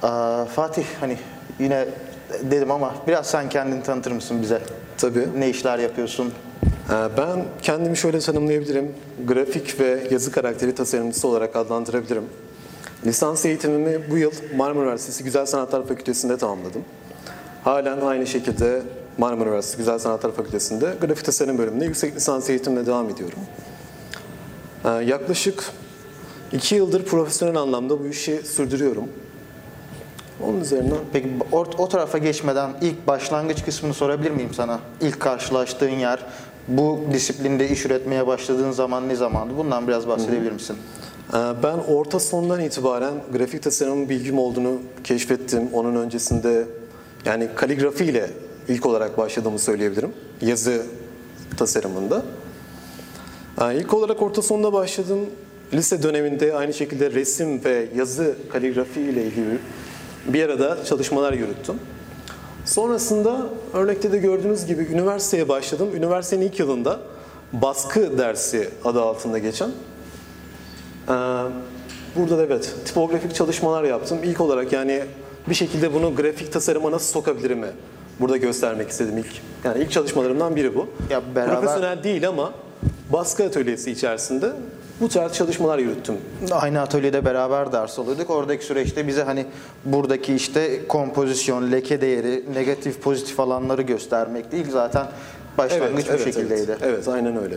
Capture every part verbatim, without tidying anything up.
Aa, Fatih, hani yine dedim ama biraz sen kendini tanıtır mısın bize? Tabii. Ne işler yapıyorsun? Ben kendimi şöyle tanımlayabilirim. Grafik ve yazı karakteri tasarımcısı olarak adlandırabilirim. Lisans eğitimimi bu yıl Marmara Üniversitesi Güzel Sanatlar Fakültesi'nde tamamladım. Halen aynı şekilde Marmara Üniversitesi Güzel Sanatlar Fakültesi'nde grafik tasarım bölümünde yüksek lisans eğitimine devam ediyorum. Yaklaşık iki yıldır profesyonel anlamda bu işi sürdürüyorum. Onun üzerinden... Peki o, o tarafa geçmeden ilk başlangıç kısmını sorabilir miyim sana? İlk karşılaştığın yer, bu disiplinde iş üretmeye başladığın zaman ne zamandı? Bundan biraz bahsedebilir misin? Ben orta sondan itibaren grafik tasarımın bilgim olduğunu keşfettim. Onun öncesinde yani kaligrafi ile ilk olarak başladığımı söyleyebilirim. Yazı tasarımında. İlk olarak orta sonda başladım. Lise döneminde aynı şekilde resim ve yazı kaligrafi ile ilgili bir arada çalışmalar yürüttüm. Sonrasında örnekte de gördüğünüz gibi üniversiteye başladım. Üniversitenin ilk yılında baskı dersi adı altında geçen. Burada da evet tipografik çalışmalar yaptım. İlk olarak yani bir şekilde bunu grafik tasarıma nasıl sokabilirim burada göstermek istedim ilk. Yani ilk çalışmalarımdan biri bu. Ya beraber... Profesyonel değil ama baskı atölyesi içerisinde bu tarz çalışmalar yürüttüm. Aynı atölyede beraber ders alıyorduk. Oradaki süreçte bize hani buradaki işte kompozisyon, leke değeri, negatif, pozitif alanları göstermekti. İlk zaten başlangıç evet, bu evet, şekildeydi. Evet, evet, aynen öyle.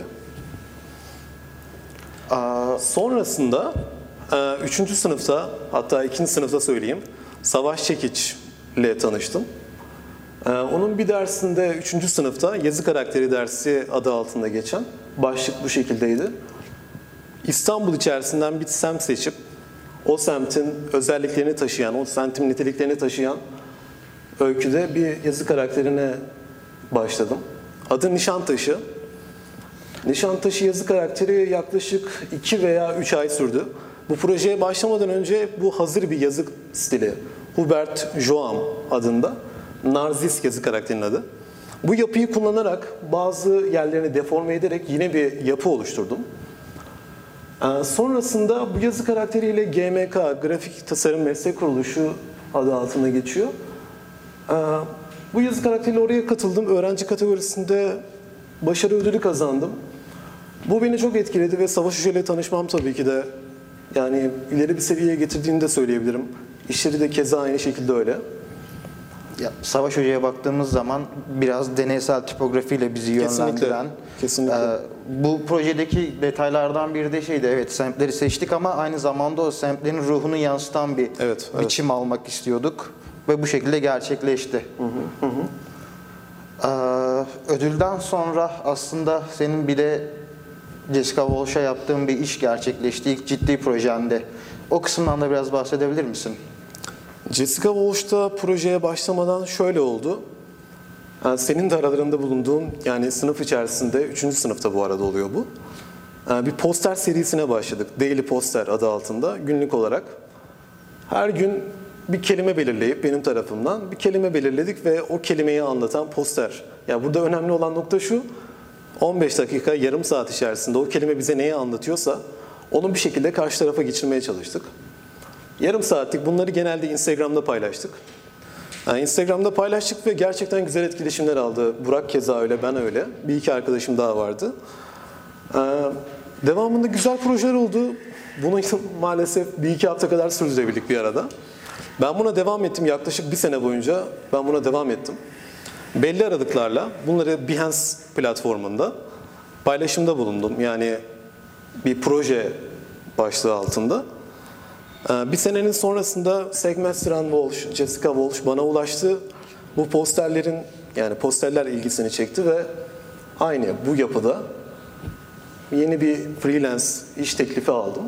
Aa, sonrasında üçüncü sınıfta, hatta ikinci sınıfta söyleyeyim, Savaş Çekiç ile tanıştım. Onun bir dersinde üçüncü sınıfta yazı karakteri dersi adı altında geçen, başlık bu şekildeydi. İstanbul içerisinden bir semt seçip o semtin özelliklerini taşıyan, o semtin niteliklerini taşıyan öyküde bir yazı karakterine başladım. Adı Nişantaşı. Nişantaşı yazı karakteri yaklaşık iki veya üç ay sürdü. Bu projeye başlamadan önce bu hazır bir yazı stili. Hubert Joam adında. Narziss yazı karakterinin adı. Bu yapıyı kullanarak bazı yerlerini deforme ederek yine bir yapı oluşturdum. Sonrasında bu yazı karakteriyle G M K, Grafik Tasarım Meslek Kuruluşu adı altında geçiyor. Bu yazı karakteriyle oraya katıldım. Öğrenci kategorisinde başarı ödülü kazandım. Bu beni çok etkiledi ve Savaş Hoca ile tanışmam tabii ki de yani ileri bir seviyeye getirdiğini de söyleyebilirim. İşleri de keza aynı şekilde öyle. Ya, Savaş Hoca'ya baktığımız zaman biraz deneysel tipografiyle bizi yönlendiren, kesinlikle, kesinlikle. E, bu projedeki detaylardan biri de şeydi, evet semtleri seçtik ama aynı zamanda o semtlerin ruhunu yansıtan bir evet, biçim evet. almak istiyorduk ve bu şekilde gerçekleşti. Hı hı, hı. E, ödülden sonra aslında senin bir de Jessica Walsh'a yaptığın bir iş gerçekleşti ilk ciddi projende. O kısımdan da biraz bahsedebilir misin? Jessica Walsh'ta projeye başlamadan şöyle oldu. Yani senin de aralarında bulunduğun yani sınıf içerisinde, üçüncü sınıfta bu arada oluyor bu. Yani bir poster serisine başladık. Daily Poster adı altında günlük olarak. Her gün bir kelime belirleyip benim tarafımdan bir kelime belirledik ve o kelimeyi anlatan poster. Yani burada önemli olan nokta şu. on beş dakika, yarım saat içerisinde o kelime bize neyi anlatıyorsa onu bir şekilde karşı tarafa geçirmeye çalıştık. Yarım saatlik bunları genelde Instagram'da paylaştık. Yani Instagram'da paylaştık ve gerçekten güzel etkileşimler aldı. Burak keza öyle, ben öyle. Bir iki arkadaşım daha vardı. Ee, devamında güzel projeler oldu. Bunu maalesef bir iki hafta kadar sürdürebildik bir arada. Ben buna devam ettim. Yaklaşık bir sene boyunca ben buna devam ettim. Belli aralıklarla bunları Behance platformunda paylaşımda bulundum. Yani bir proje başlığı altında. Bir senenin sonrasında Segmestran Walsh, Jessica Walsh bana ulaştı. Bu posterlerin yani posterler ilgisini çekti ve aynı bu yapıda yeni bir freelance iş teklifi aldım.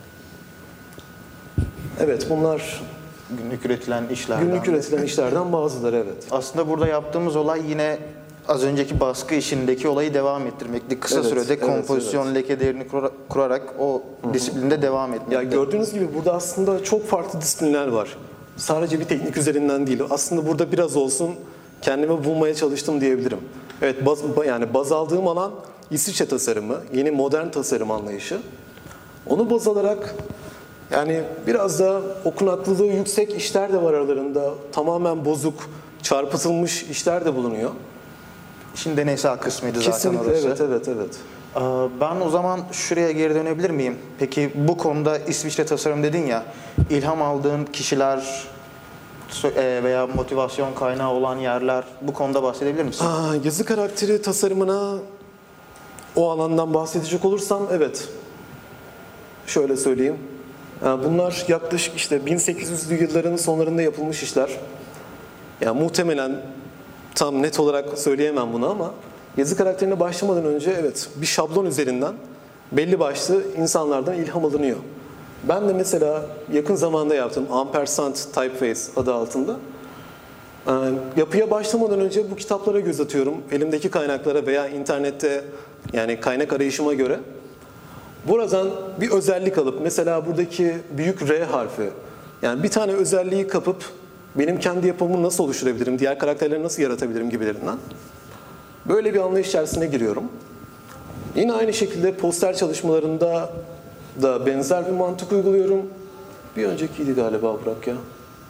Evet, bunlar günlük üretilen işlerden. Günlük üretilen işlerden bazıları, evet. Aslında burada yaptığımız olay yine az önceki baskı işindeki olayı devam ettirmekti. Kısa evet, sürede evet, kompozisyon evet. leke değerini kurarak o Hı-hı. disiplinde devam etmekti. Ya gördüğünüz gibi burada aslında çok farklı disiplinler var. Sadece bir teknik üzerinden değil. Aslında burada biraz olsun kendimi bulmaya çalıştım diyebilirim. Evet, baz, yani baz aldığım alan İsviçre tasarımı, yeni modern tasarım anlayışı. Onu baz alarak Yani biraz da okunaklılığı yüksek işler de var aralarında. Tamamen bozuk, çarpıtılmış işler de bulunuyor. İşin deneysel kısmıydı zaten Kesinlikle, orası. evet, evet, evet. Ee, Ben o zaman şuraya geri dönebilir miyim? Peki bu konuda İsviçre tasarım dedin ya, ilham aldığın kişiler e, veya motivasyon kaynağı olan yerler, bu konuda bahsedebilir misin? Aa, yazı karakteri tasarımına o alandan bahsedecek olursam evet. Şöyle söyleyeyim. Yani bunlar yaklaşık işte bin sekiz yüzlü yılların sonlarında yapılmış işler. Yani muhtemelen tam net olarak söyleyemem bunu ama yazı karakterine başlamadan önce evet bir şablon üzerinden belli başlı insanlardan ilham alınıyor. Ben de mesela yakın zamanda yaptığım Ampersand Typeface adı altında yani yapıya başlamadan önce bu kitaplara göz atıyorum. Elimdeki kaynaklara veya internette yani kaynak arayışıma göre. Buradan bir özellik alıp mesela buradaki büyük R harfi yani bir tane özelliği kapıp benim kendi yapımımı nasıl oluşturabilirim, diğer karakterleri nasıl yaratabilirim gibilerinden. Böyle bir anlayış içerisine giriyorum. Yine aynı şekilde poster çalışmalarında da benzer bir mantık uyguluyorum. Bir öncekiydi galiba Burak ya.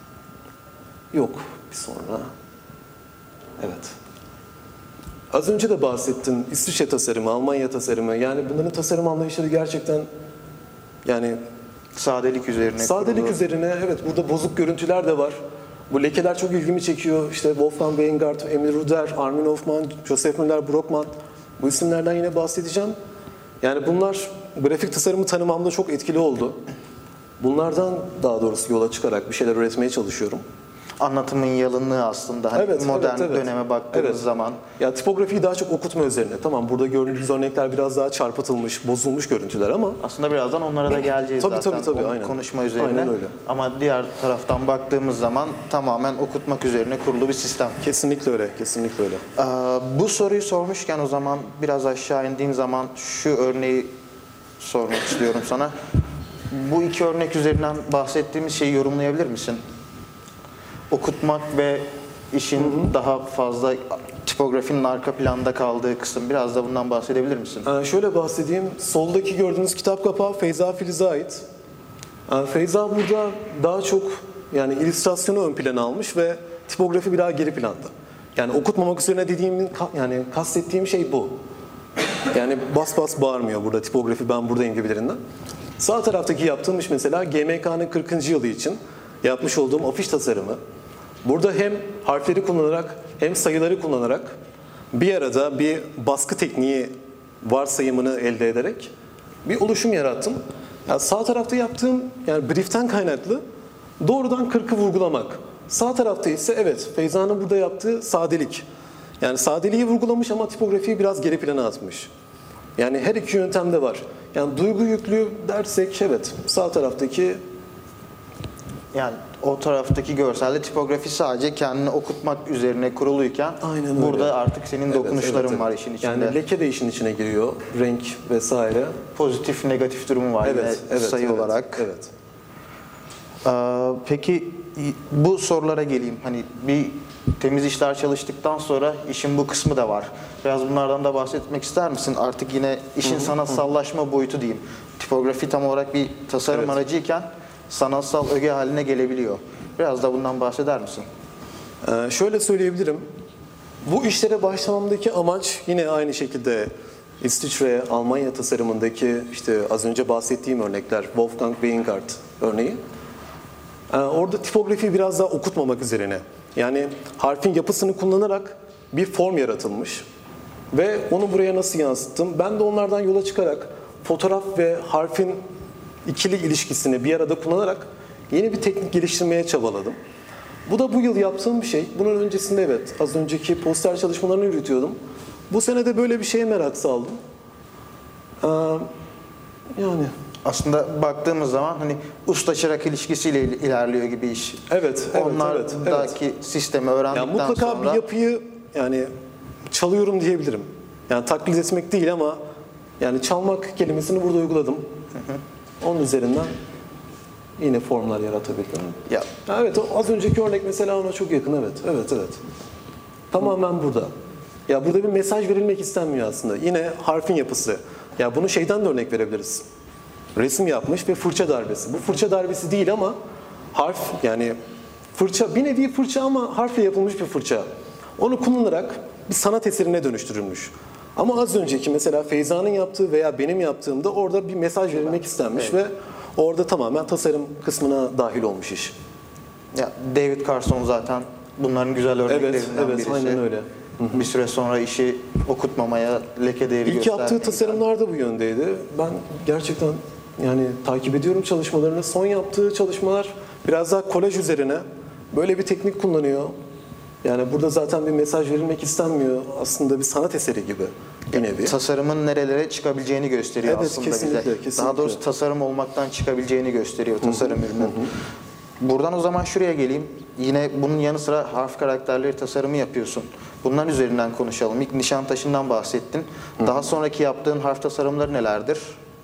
Yok, bir sonra. Evet. Az önce de bahsettim. İsviçre tasarımı, Almanya tasarımı. Yani bunların tasarım anlayışları gerçekten yani Sadelik üzerine sadelik kurulu. üzerine evet burada bozuk görüntüler de var. Bu lekeler çok ilgimi çekiyor. İşte Wolfgang Weingart, Emil Ruder, Armin Hoffman, Joseph Müller-Brockmann bu isimlerden yine bahsedeceğim. Yani bunlar grafik tasarımı tanımamda çok etkili oldu. Bunlardan daha doğrusu yola çıkarak bir şeyler üretmeye çalışıyorum. Anlatımın yalınlığı aslında. Hani Evet, modern evet, evet. döneme baktığımız Evet. zaman. Ya tipografiyi daha çok okutma üzerine. Tamam burada gördüğünüz örnekler biraz daha çarpıtılmış, bozulmuş görüntüler ama Aslında birazdan onlara da geleceğiz Tabii, zaten. tabii, tabii, o aynen. konuşma üzerine. Aynen öyle. Ama diğer taraftan baktığımız zaman tamamen okutmak üzerine kurulu bir sistem. kesinlikle öyle, kesinlikle öyle. Ee, bu soruyu sormuşken o zaman biraz aşağı indiğim zaman şu örneği sormak istiyorum sana. Bu iki örnek üzerinden bahsettiğimiz şeyi yorumlayabilir misin? Okutmak ve işin hı hı. daha fazla tipografinin arka planda kaldığı kısım. Biraz da bundan bahsedebilir misin? Ee, şöyle bahsedeyim. Soldaki gördüğünüz kitap kapağı Feyza Filiz'e ait. Ee, Feyza burada daha çok yani illüstrasyonu ön plana almış ve tipografi biraz geri planda. Yani okutmamak üzerine dediğim yani kastettiğim şey bu. Yani bas bas bağırmıyor burada tipografi ben buradayım gibilerinden. Sağ taraftaki yaptığım iş mesela G M K'nın kırkıncı yılı için yapmış olduğum afiş tasarımı. Burada hem harfleri kullanarak hem sayıları kullanarak bir arada bir baskı tekniği varsayımını elde ederek bir oluşum yarattım. Yani sağ tarafta yaptığım yani brief'ten kaynaklı doğrudan kırkı vurgulamak. Sağ tarafta ise evet Feyza'nın burada yaptığı sadelik. Yani sadeliği vurgulamış ama tipografiyi biraz geri plana atmış. Yani her iki yöntemde var. Yani duygu yüklü dersek evet sağ taraftaki Yani o taraftaki görselde tipografi sadece kendini okutmak üzerine kuruluyken Aynen burada öyle. artık senin Evet, dokunuşların evet, var evet. işin içinde. Yani leke de işin içine giriyor, renk vesaire. Pozitif, negatif durumu var Evet, yine evet, sayı evet, olarak. Evet. Ee, peki bu sorulara geleyim. Hani bir temiz işler çalıştıktan sonra işin bu kısmı da var. Biraz bunlardan da bahsetmek ister misin? Artık yine işin sanatsallaşma boyutu diyeyim. Tipografi tam olarak bir tasarım Evet. aracıyken sanatsal öge haline gelebiliyor. Biraz da bundan bahseder misin? Ee, şöyle söyleyebilirim. Bu işlere başlamamdaki amaç yine aynı şekilde İsviçre, Almanya tasarımındaki işte az önce bahsettiğim örnekler, Wolfgang Weingart örneği. Ee, orada tipografiyi biraz daha okutmamak üzerine. Yani harfin yapısını kullanarak bir form yaratılmış. Ve onu buraya nasıl yansıttım? Ben de onlardan yola çıkarak fotoğraf ve harfin ikili ilişkisini bir arada kullanarak yeni bir teknik geliştirmeye çabaladım. Bu da bu yıl yaptığım bir şey. Bunun öncesinde evet az önceki poster çalışmalarını yürütüyordum. Bu sene de böyle bir şeye merak saldım. Ee, yani Aslında baktığımız zaman hani usta çırak ilişkisiyle il- ilerliyor gibi iş. evet, evet, evet, Onlardaki evet. sistemi Yani öğrendikten mutlaka sonra bir yapıyı yani çalıyorum diyebilirim. Yani taklit etmek değil ama yani çalmak kelimesini burada uyguladım. Onun üzerinden yine formlar yaratabildim. ya Ya evet o az önceki örnek mesela ona çok yakın evet. Evet evet. Tamamen burada. Ya burada bir mesaj verilmek istenmiyor aslında. Yine harfin yapısı. Ya bunu şeyden de örnek verebiliriz. resim yapmış ve fırça darbesi. Bu fırça darbesi değil ama harf, yani fırça, bir nevi fırça ama harfle yapılmış bir fırça. Onu kullanarak bir sanat eserine dönüştürülmüş. Ama az önceki mesela Feyza'nın yaptığı veya benim yaptığımda orada bir mesaj verilmek istenmiş Evet. ve orada tamamen tasarım kısmına dahil olmuş iş. Ya David Carson zaten bunların güzel örneklerinden Evet, evet, birisi. aynen öyle. Bir süre sonra işi okutmamaya, leke değeri İlk göstermeye. yaptığı tasarımlar da bu yöndeydi. Ben gerçekten yani takip ediyorum çalışmalarını. Son yaptığı çalışmalar biraz daha kolaj üzerine. Böyle bir teknik kullanıyor. Yani burada zaten bir mesaj verilmek istenmiyor. Aslında bir sanat eseri gibi bir nevi. Tasarımın nerelere çıkabileceğini gösteriyor Evet, aslında kesinlikle, bize. kesinlikle. Daha doğrusu tasarım olmaktan çıkabileceğini gösteriyor tasarım ürünün. Buradan o zaman şuraya geleyim. Yine bunun yanı sıra harf karakterleri tasarımı yapıyorsun. Bunların üzerinden konuşalım. İlk Nişantaşı'ndan bahsettin. Daha sonraki yaptığın harf tasarımları nelerdir?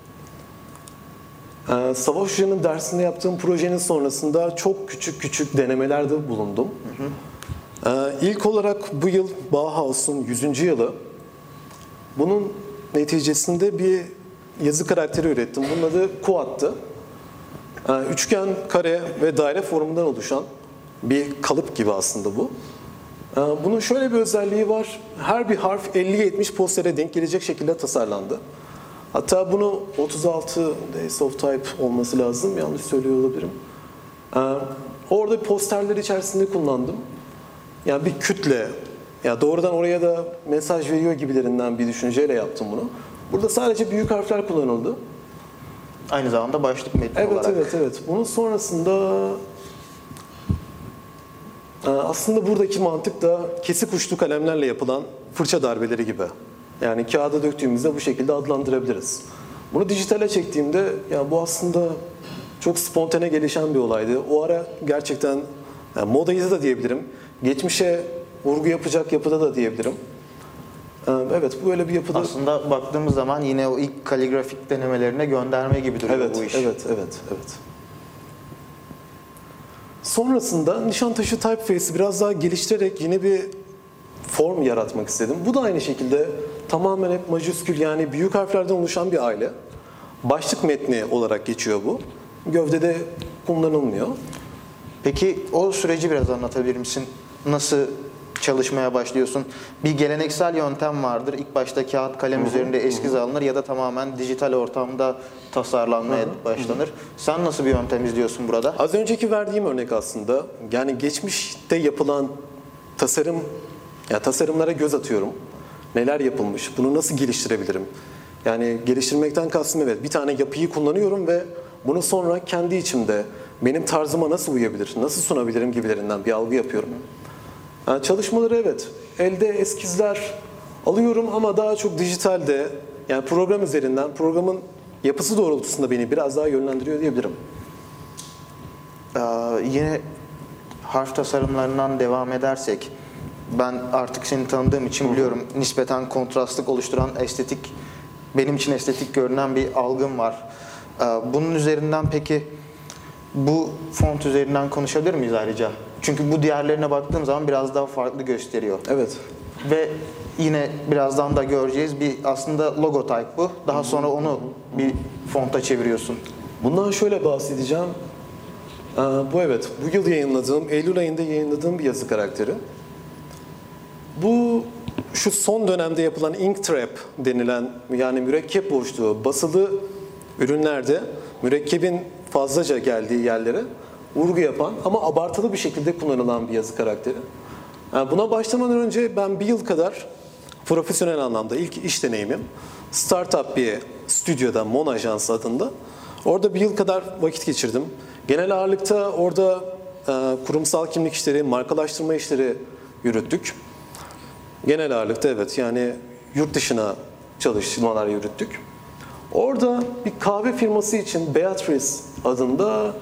Ee, Savaş Hoca'nın dersinde yaptığım projenin sonrasında çok küçük küçük denemelerde bulundum. Hı hı. Ee, ilk olarak bu yıl Bauhaus'un yüzüncü yılı. Bunun neticesinde bir yazı karakteri ürettim. Bunun adı Kuat'tı. Ee, üçgen, kare ve daire formundan oluşan bir kalıp gibi aslında bu. Ee, bunun şöyle bir özelliği var. Her bir harf elli yetmiş postere denk gelecek şekilde tasarlandı. Hatta bunu otuz altı Days of Type olması lazım. Yanlış söylüyor olabilirim. Ee, orada posterler içerisinde kullandım. Yani bir kütle, ya doğrudan oraya da mesaj veriyor gibilerinden bir düşünceyle yaptım bunu. Burada sadece büyük harfler kullanıldı. Aynı zamanda başlık metni Evet, olarak. evet, evet. Bunun sonrasında aslında buradaki mantık da kesik uçlu kalemlerle yapılan fırça darbeleri gibi. Yani kağıda döktüğümüzde bu şekilde adlandırabiliriz. Bunu dijitale çektiğimde ya bu aslında çok spontane gelişen bir olaydı. O ara gerçekten yani modaydı da diyebilirim. Geçmişe vurgu yapacak yapıda da diyebilirim. Evet, böyle bir yapıda. Aslında baktığımız zaman yine o ilk kaligrafik denemelerine gönderme gibi duruyor Evet, bu iş. evet, evet, evet. Sonrasında Nişantaşı Typeface'i biraz daha geliştirerek yeni bir form yaratmak istedim. Bu da aynı şekilde tamamen hep majüskül, yani büyük harflerden oluşan bir aile. Başlık metni olarak geçiyor bu. Gövdede kullanılmıyor. Peki o süreci biraz anlatabilir misin? Nasıl çalışmaya başlıyorsun? Bir geleneksel yöntem vardır. İlk başta kağıt kalem üzerinde eskiz alınır ya da tamamen dijital ortamda tasarlanmaya başlanır. Sen nasıl bir yöntem izliyorsun burada? Az önceki verdiğim örnek aslında, yani geçmişte yapılan tasarım, ya tasarımlara göz atıyorum. Neler yapılmış, bunu nasıl geliştirebilirim? Yani geliştirmekten kastım evet, bir tane yapıyı kullanıyorum ve bunu sonra kendi içimde benim tarzıma nasıl uyabilir, nasıl sunabilirim gibilerinden bir algı yapıyorum. Yani çalışmaları evet, elde eskizler alıyorum ama daha çok dijitalde, yani program üzerinden, programın yapısı doğrultusunda beni biraz daha yönlendiriyor diyebilirim. Ee, yine harf tasarımlarından devam edersek, ben artık seni tanıdığım için biliyorum nispeten kontrastlık oluşturan estetik, benim için estetik görünen bir algım var. Ee, bunun üzerinden peki bu font üzerinden konuşabilir miyiz ayrıca? Çünkü bu diğerlerine baktığım zaman biraz daha farklı gösteriyor. Evet. Ve yine birazdan da göreceğiz bir aslında logotype bu. Daha sonra onu bir fonta çeviriyorsun. Bundan şöyle bahsedeceğim. Ee, bu evet, bu yıl yayınladığım, Eylül ayında yayınladığım bir yazı karakteri. Bu şu son dönemde yapılan ink trap denilen, yani mürekkep boşluğu, basılı ürünlerde mürekkebin fazlaca geldiği yerlere vurgu yapan ama abartılı bir şekilde kullanılan bir yazı karakteri. Yani buna başlamadan önce ben bir yıl kadar profesyonel anlamda ilk iş deneyimim startup bir stüdyoda, Mon Ajans adında. Orada bir yıl kadar vakit geçirdim. Genel ağırlıkta orada e, kurumsal kimlik işleri, markalaştırma işleri yürüttük. Genel ağırlıkta evet, yani yurt dışına çalışmalar yürüttük. Orada bir kahve firması için Beatrice adında,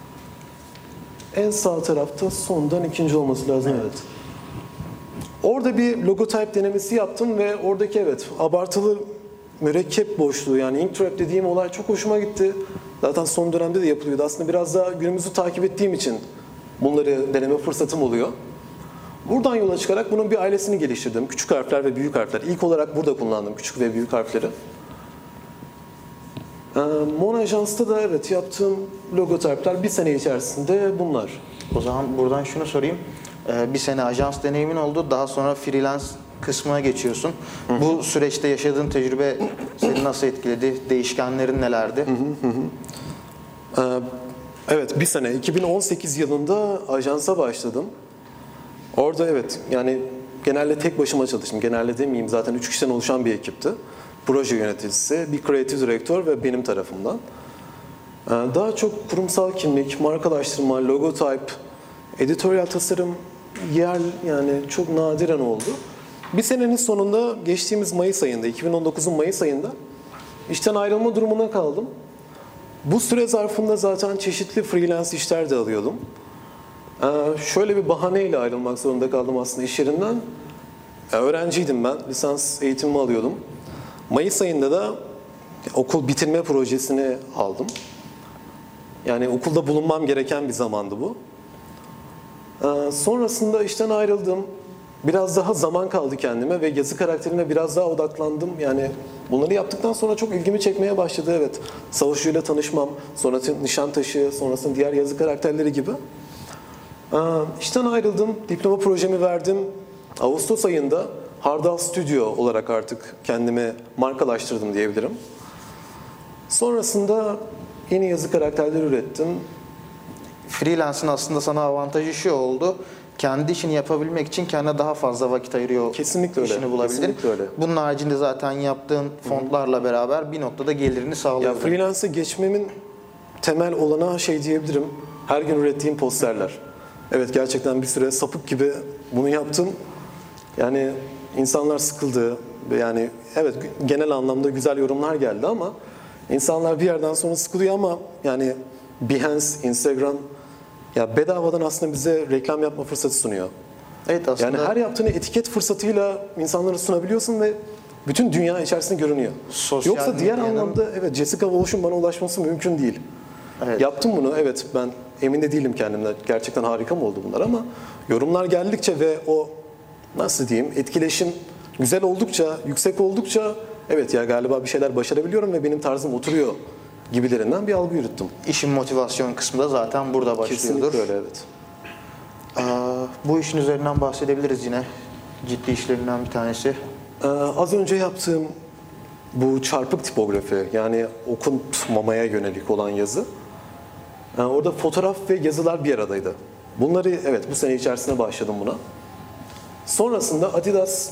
en sağ tarafta sondan ikinci olması lazım evet. evet. Orada bir logotype denemesi yaptım ve oradaki evet abartılı mürekkep boşluğu, yani ink trap dediğim olay çok hoşuma gitti. Zaten son dönemde de yapılıyordu. Aslında biraz daha günümüzü takip ettiğim için bunları deneme fırsatım oluyor. Buradan yola çıkarak bunun bir ailesini geliştirdim. Küçük harfler ve büyük harfler. İlk olarak burada kullandım küçük ve büyük harfleri. Ee, Mon Ajans'ta da evet yaptığım logotipler bir sene içerisinde bunlar. O zaman buradan şunu sorayım. Ee, bir sene ajans deneyimin oldu. Daha sonra freelance kısmına geçiyorsun. Hı hı. Bu süreçte yaşadığın tecrübe seni nasıl etkiledi? Değişkenlerin nelerdi? Hı hı hı. Ee, evet bir sene. iki bin on sekiz yılında ajansa başladım. Orada evet yani genelde tek başıma çalıştım. Genelde demeyeyim zaten üç kişiden oluşan bir ekipti. Proje yöneticisi, bir kreatif direktör ve benim tarafımdan. Ee, daha çok kurumsal kimlik, markalaştırma, logotip, editoryal tasarım yer yani çok nadiren oldu. Bir senenin sonunda geçtiğimiz Mayıs ayında, iki bin on dokuzun Mayıs ayında işten ayrılma durumuna kaldım. Bu süre zarfında zaten çeşitli freelance işler de alıyordum. Ee, şöyle bir bahaneyle ayrılmak zorunda kaldım aslında iş yerinden. Ee, öğrenciydim ben, lisans eğitimimi alıyordum. Mayıs ayında da okul bitirme projesini aldım. Yani okulda bulunmam gereken bir zamandı bu. Ee, sonrasında işten ayrıldım. Biraz daha zaman kaldı kendime ve yazı karakterine biraz daha odaklandım. Yani bunları yaptıktan sonra çok ilgimi çekmeye başladı evet. Savaşçı'yla tanışmam, sonrasında Nişantaşı, sonrasında diğer yazı karakterleri gibi. Ee, işten ayrıldım, diploma projemi verdim. Ağustos ayında Hardal Studio olarak artık kendimi markalaştırdım diyebilirim. Sonrasında yeni yazı karakterleri ürettim. Freelance'ın aslında sana avantajı şu oldu. Kendi işini yapabilmek için kendine daha fazla vakit ayırıyor. Kesinlikle öyle. İşini bulabildin. Kesinlikle öyle. Bunun haricinde zaten yaptığın fontlarla beraber bir noktada gelirini sağlıyor. Ya freelance'e geçmemin temel olanağı şey diyebilirim. Her gün ürettiğim posterler. Evet gerçekten bir süre sapık gibi bunu yaptım. Yani insanlar sıkıldı. Yani evet genel anlamda güzel yorumlar geldi ama insanlar bir yerden sonra sıkılıyor ama yani Behance, Instagram ya bedavadan aslında bize reklam yapma fırsatı sunuyor. Evet aslında. Yani her yaptığını etiket fırsatıyla insanlara sunabiliyorsun ve bütün dünya içerisinde görünüyor. Sosyal Yoksa diğer medyanın... anlamda evet Jessica Walsh'un bana ulaşması mümkün değil. Evet. Yaptım bunu evet ben emin de değilim kendimden. Gerçekten harika mı oldu bunlar ama yorumlar geldikçe ve o nasıl diyeyim etkileşim güzel oldukça, yüksek oldukça evet ya galiba bir şeyler başarabiliyorum ve benim tarzım oturuyor gibilerinden bir algı yürüttüm. İşin motivasyon kısmı da zaten burada başlıyordur. Kesinlikle öyle evet. Ee, bu işin üzerinden bahsedebiliriz yine. Ciddi işlerinden bir tanesi. Ee, az önce yaptığım bu çarpık tipografi yani okunmamaya yönelik olan yazı. Yani orada fotoğraf ve yazılar bir aradaydı. Bunları evet bu sene içerisinde başladım buna. Sonrasında Adidas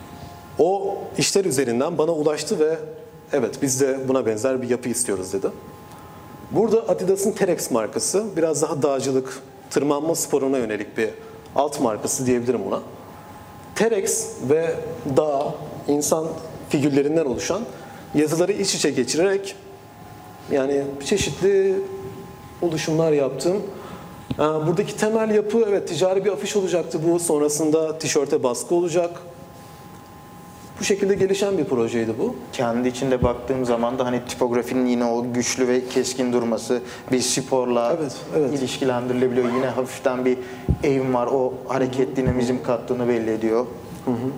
o işler üzerinden bana ulaştı ve evet biz de buna benzer bir yapı istiyoruz dedi. Burada Adidas'ın Terex markası biraz daha dağcılık, tırmanma sporuna yönelik bir alt markası diyebilirim buna. Terex ve dağ, insan figürlerinden oluşan yazıları iç içe geçirerek yani çeşitli oluşumlar yaptım. Buradaki temel yapı evet ticari bir afiş olacaktı bu. Sonrasında tişörte baskı olacak. Bu şekilde gelişen bir projeydi bu. Kendi içinde baktığım zaman da hani tipografinin yine o güçlü ve keskin durması bir sporla evet, evet. ilişkilendirilebiliyor. Yine hafiften bir eğim var. O hareket dinamizm kattığını belli ediyor. Hı hı.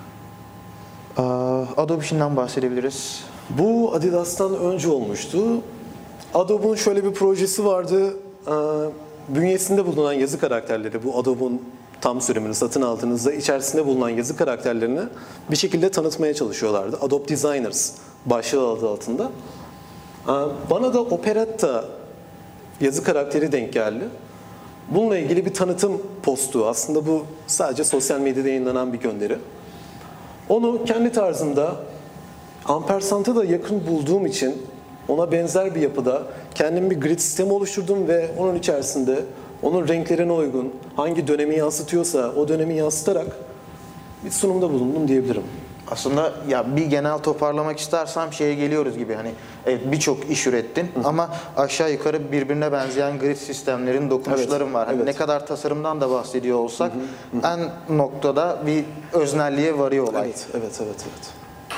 Adobe işinden bahsedebiliriz. Bu Adidas'tan önce olmuştu. Adobe'un şöyle bir projesi vardı. Bünyesinde bulunan yazı karakterleri, bu Adobe'un tam sürümünü satın aldığınızda içerisinde bulunan yazı karakterlerini bir şekilde tanıtmaya çalışıyorlardı. Adobe Designers başlığı adı altında. Bana da Operetta yazı karakteri denk geldi. Bununla ilgili bir tanıtım postu. Aslında bu sadece sosyal medyada yayınlanan bir gönderi. Onu kendi tarzımda ampersanta da yakın bulduğum için ona benzer bir yapıda kendim bir grid sistemi oluşturdum ve onun içerisinde onun renklerine uygun hangi dönemi yansıtıyorsa o dönemi yansıtarak bir sunumda bulundum diyebilirim. Aslında ya bir genel toparlamak istersem şeye geliyoruz gibi hani evet birçok iş ürettin hı hı. ama aşağı yukarı birbirine benzeyen grid sistemlerin dokunuşların evet, var. Hani evet. Ne kadar tasarımdan da bahsediyor olsak hı hı, hı. en noktada bir öznelliğe varıyor olay. Evet, evet, evet, evet.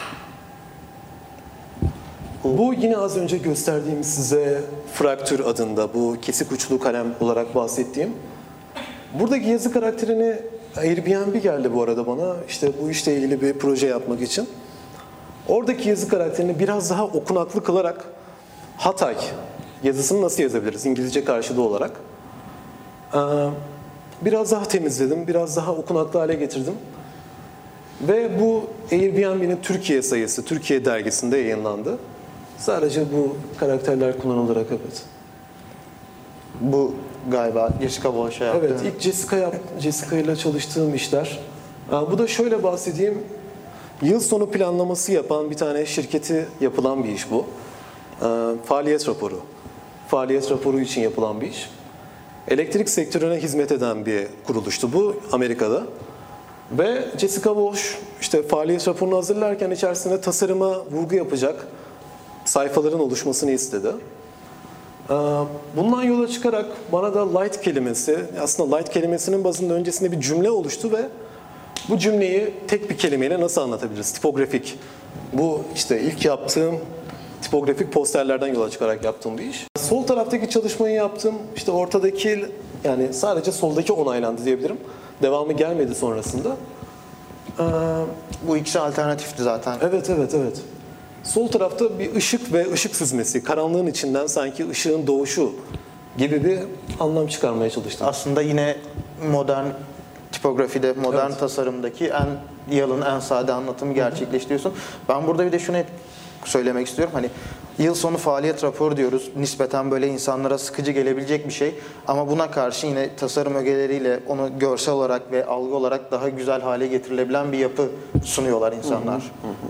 Bu yine az önce gösterdiğim size Fraktür adında bu kesik uçlu kalem olarak bahsettiğim. Buradaki yazı karakterini Airbnb geldi bu arada bana. İşte bu işle ilgili bir proje yapmak için. Oradaki yazı karakterini biraz daha okunaklı kılarak Hatay yazısını nasıl yazabiliriz İngilizce karşılığı olarak? Ee, biraz daha temizledim, biraz daha okunaklı hale getirdim. Ve bu Airbnb'nin Türkiye sayısı, Türkiye dergisinde yayınlandı. Sadece bu karakterler kullanılarak evet. Bu galiba Jessica Walsh'a yaptı. Evet, ilk Jessica yap, Jessica ile çalıştığım işler. Aa, bu da şöyle bahsedeyim. Yıl sonu planlaması yapan bir tane şirketi yapılan bir iş bu. Ee, faaliyet raporu. Faaliyet raporu için yapılan bir iş. Elektrik sektörüne hizmet eden bir kuruluştu bu Amerika'da. Ve Jessica Walsh işte faaliyet raporunu hazırlarken içerisinde tasarıma vurgu yapacak sayfaların oluşmasını istedi. Bundan yola çıkarak bana da light kelimesi, aslında light kelimesinin bazında öncesinde bir cümle oluştu ve bu cümleyi tek bir kelimeyle nasıl anlatabiliriz? Tipografik. Bu işte ilk yaptığım tipografik posterlerden yola çıkarak yaptığım bir iş. Sol taraftaki çalışmayı yaptım. İşte ortadaki, yani sadece soldaki onaylandı diyebilirim. Devamı gelmedi sonrasında. Ee, Bu ikisi alternatifti zaten. evet, evet, evet. Sol tarafta bir ışık ve ışık süzmesi, karanlığın içinden sanki ışığın doğuşu gibi bir anlam çıkarmaya çalıştım. Aslında yine modern tipografide, modern Evet. tasarımdaki en yalın, en sade anlatımı gerçekleştiriyorsun. Ben burada bir de şunu söylemek istiyorum. Hani yıl sonu faaliyet raporu diyoruz. Nispeten böyle insanlara sıkıcı gelebilecek bir şey. Ama buna karşı yine tasarım ögeleriyle onu görsel olarak ve algı olarak daha güzel hale getirilebilen bir yapı sunuyorlar insanlar. Hı hı, hı.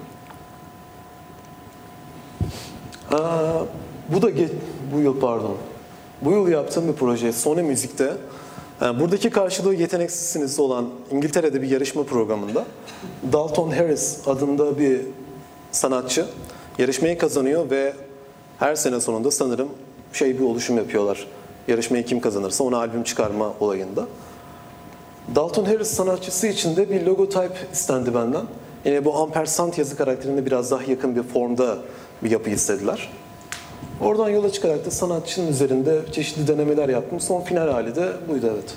Aa, bu da ge- bu yıl pardon. Bu yıl yaptığım bir proje Sony Müzik'te. Yani buradaki karşılığı yeteneksizsiniz olan İngiltere'de bir yarışma programında Dalton Harris adında bir sanatçı yarışmayı kazanıyor ve her sene sonunda sanırım şey bir oluşum yapıyorlar. Yarışmayı kim kazanırsa ona albüm çıkarma olayında. Dalton Harris sanatçısı için de bir logotype istendi benden. Yine bu ampersand yazı karakterine biraz daha yakın bir formda bir yapı istediler. Oradan yola çıkarak da sanatçının üzerinde çeşitli denemeler yaptım. Son final hali de buydu, evet.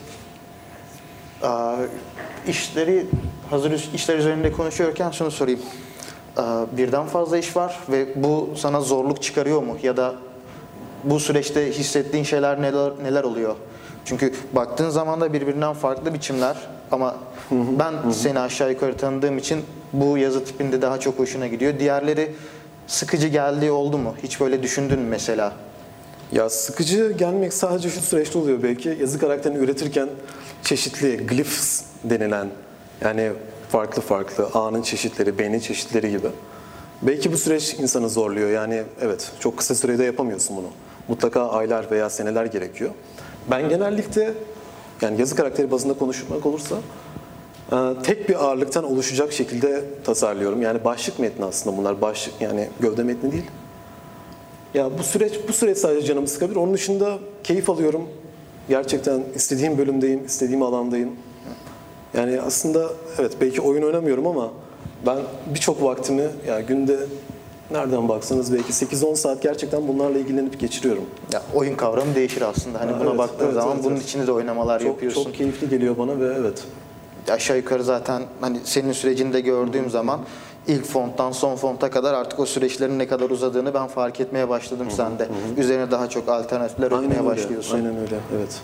Aa, işleri, hazır işler üzerinde konuşuyorken şunu sorayım. Aa, birden fazla iş var ve bu sana zorluk çıkarıyor mu? Ya da bu süreçte hissettiğin şeyler neler, neler oluyor? Çünkü baktığın zaman da birbirinden farklı biçimler ama ben seni aşağı yukarı tanıdığım için bu yazı tipinde daha çok hoşuna gidiyor. Diğerleri sıkıcı geldiği oldu mu? Hiç böyle düşündün mü mesela? Ya sıkıcı gelmek sadece şu süreçte oluyor belki. Yazı karakterini üretirken çeşitli glyphs denilen, yani farklı farklı A'nın çeşitleri, B'nin çeşitleri gibi. Belki bu süreç insanı zorluyor. Yani evet, çok kısa sürede yapamıyorsun bunu. Mutlaka aylar veya seneler gerekiyor. Ben genellikle, yani yazı karakteri bazında konuşmak olursa tek bir ağırlıktan oluşacak şekilde tasarlıyorum. Yani başlık metni aslında bunlar. Başlık, yani gövde metni değil. Ya bu süreç bu süreç sadece canımı sıkabilir. Onun dışında keyif alıyorum. Gerçekten istediğim bölümdeyim, istediğim alandayım. Yani aslında evet, belki oyun oynamıyorum ama ben birçok vaktimi, yani günde nereden baksanız belki sekiz on saat gerçekten bunlarla ilgilenip geçiriyorum. Ya oyun kavramı değişir aslında. Hani Ha, buna evet, baktığın evet, zaman evet, bunun evet. içinde de oynamalar Çok, yapıyorsun. çok keyifli geliyor bana ve evet. Aşağı yukarı zaten hani senin sürecini de gördüğüm zaman ilk fonttan son fonta kadar artık o süreçlerin ne kadar uzadığını ben fark etmeye başladım Hı hı, sende. hı hı. Üzerine daha çok alternatifler Aynen üretmeye öyle, başlıyorsun. aynen öyle, evet.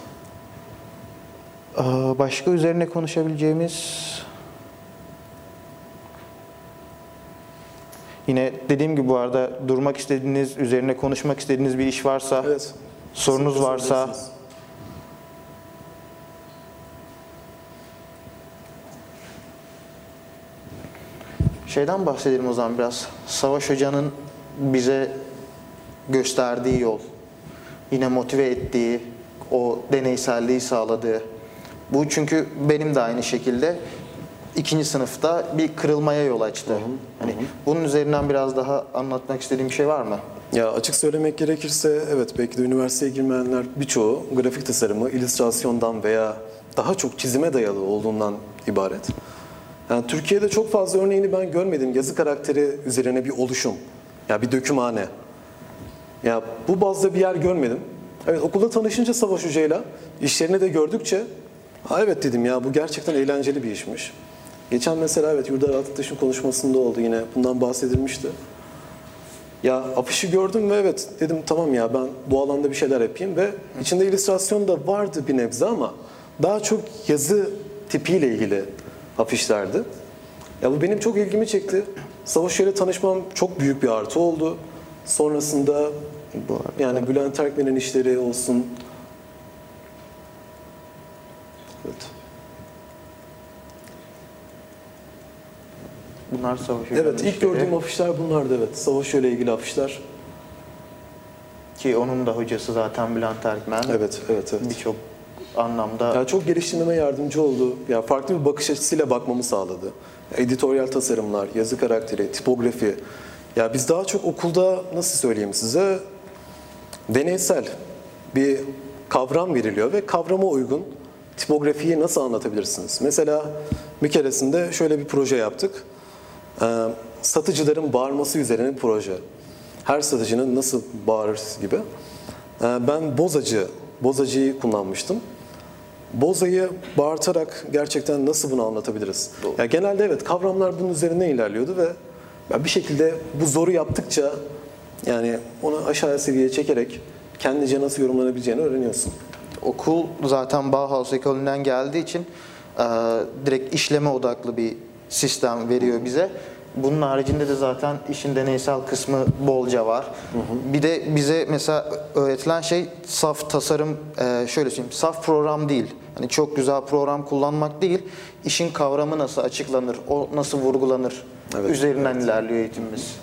Aa, başka üzerine konuşabileceğimiz... Yine dediğim gibi bu arada durmak istediğiniz, üzerine konuşmak istediğiniz bir iş varsa, Evet. sorunuz Kesinlikle varsa... sorabilirsiniz. Şeyden bahsedelim o zaman biraz. Savaş Hoca'nın bize gösterdiği yol, yine motive ettiği, o deneyselliği sağladığı. Bu çünkü benim de aynı şekilde ikinci sınıfta bir kırılmaya yol açtı. Hı hı, Hani hı. bunun üzerinden biraz daha anlatmak istediğim bir şey var mı? Ya açık söylemek gerekirse evet, belki de üniversiteye girmeyenler birçoğu grafik tasarımı illüstrasyondan veya daha çok çizime dayalı olduğundan ibaret. Yani Türkiye'de çok fazla örneğini ben görmedim. Yazı karakteri üzerine bir oluşum, ya bir dökümhane. Ya bu bazda bir yer görmedim. Evet, okulda tanışınca Savaş Hoca'yla, işlerini de gördükçe, ha evet dedim ya, bu gerçekten eğlenceli bir işmiş. Geçen mesela evet Yurdar Altıtaş'ın konuşmasında oldu, yine bundan bahsedilmişti. Ya afişi gördüm ve evet dedim tamam ya ben bu alanda bir şeyler yapayım ve içinde illüstrasyon da vardı bir nebze ama daha çok yazı tipiyle ilgili afişlerdi. Ya bu benim çok ilgimi çekti. Savaş ile tanışmam çok büyük bir artı oldu. Sonrasında Bu yani Bülent Erkmen'in işleri olsun. Evet. Bunlar Savaş Evet, Hoca'nın ilk işleri. gördüğüm afişler bunlardı evet. Savaş ile ilgili afişler. Ki onun da hocası zaten Bülent Erkmen. Evet, evet, evet. Birçok anlamda Ya çok geliştirmeme yardımcı oldu. Ya farklı bir bakış açısıyla bakmamı sağladı. Editoryal tasarımlar, yazı karakteri, tipografi. Ya biz daha çok okulda nasıl söyleyeyim size deneysel bir kavram veriliyor ve kavrama uygun tipografiyi nasıl anlatabilirsiniz? Mesela bir keresinde şöyle bir proje yaptık. Ee, satıcıların bağırması üzerine bir proje. Her satıcının nasıl bağırır gibi. Ee, ben bozacı, bozacıyı kullanmıştım. Boza'yı bağırtarak gerçekten nasıl bunu anlatabiliriz? Ya genelde evet kavramlar bunun üzerine ilerliyordu ve ben bir şekilde bu zoru yaptıkça yani onu aşağı seviyeye çekerek kendince nasıl yorumlanabileceğini öğreniyorsun. okul zaten Bauhaus ekolünden geldiği için e, direkt işleme odaklı bir sistem veriyor bize. Bunun haricinde de zaten işin deneysel kısmı bolca var. Hı hı. Bir de bize mesela öğretilen şey saf tasarım, e, şöyle söyleyeyim, saf program değil. Hani çok güzel program kullanmak değil, işin kavramı nasıl açıklanır, o nasıl vurgulanır Evet, üzerinden evet. ilerliyor eğitimimiz.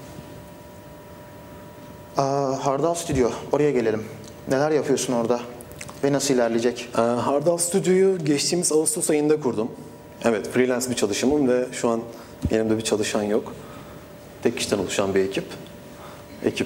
Aa, Hardal Studio, oraya gelelim. Neler yapıyorsun orada ve nasıl ilerleyecek? Ee, Hardal Studio'yu geçtiğimiz Ağustos ayında kurdum. Evet, freelance bir çalışımım ve şu an elimde bir çalışan yok. Tek kişiden oluşan bir ekip. Ekip.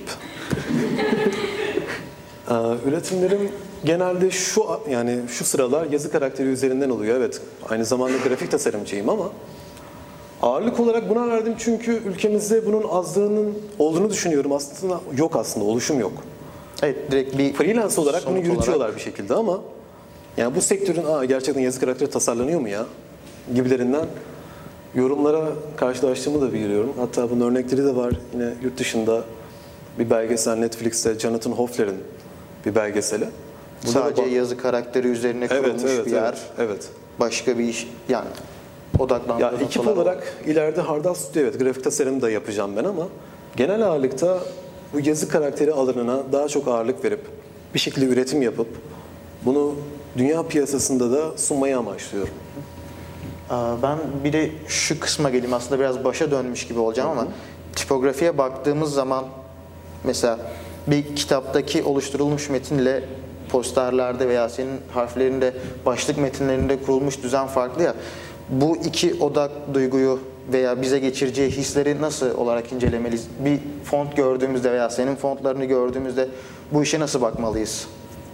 ee, üretimlerim genelde şu yani şu sıralar yazı karakteri üzerinden oluyor. Evet, aynı zamanda grafik tasarımcıyım ama ağırlık olarak buna verdim çünkü ülkemizde bunun azlığının olduğunu düşünüyorum. Aslında yok aslında, oluşum yok. Evet, direkt bir Freelance olarak bunu somut yürütüyorlar olarak. bir şekilde ama yani bu sektörün Aa, gerçekten yazı karakteri tasarlanıyor mu ya gibilerinden yorumlara karşılaştığımı da biliyorum. Hatta bunun örnekleri de var yine yurt dışında bir belgesel Netflix'te Jonathan Hoffler'in bir belgeseli. Burada Sadece da bak- yazı karakteri üzerine kurulmuş evet, evet, bir yer. evet, evet. Başka bir iş yani odaklandığın Ya ekip noktalar olarak ileride Hardal Studio evet grafik tasarım da yapacağım ben ama genel ağırlıkta bu yazı karakteri alanına daha çok ağırlık verip bir şekilde üretim yapıp bunu dünya piyasasında da sunmayı amaçlıyorum. Aa, ben bir de şu kısma geleyim, aslında biraz başa dönmüş gibi olacağım ama tipografiye baktığımız zaman mesela bir kitaptaki oluşturulmuş metinle posterlerde veya senin harflerinde, başlık metinlerinde kurulmuş düzen farklı ya. Bu iki odak duyguyu veya bize geçireceği hisleri nasıl olarak incelemeliyiz? Bir font gördüğümüzde veya senin fontlarını gördüğümüzde bu işe nasıl bakmalıyız?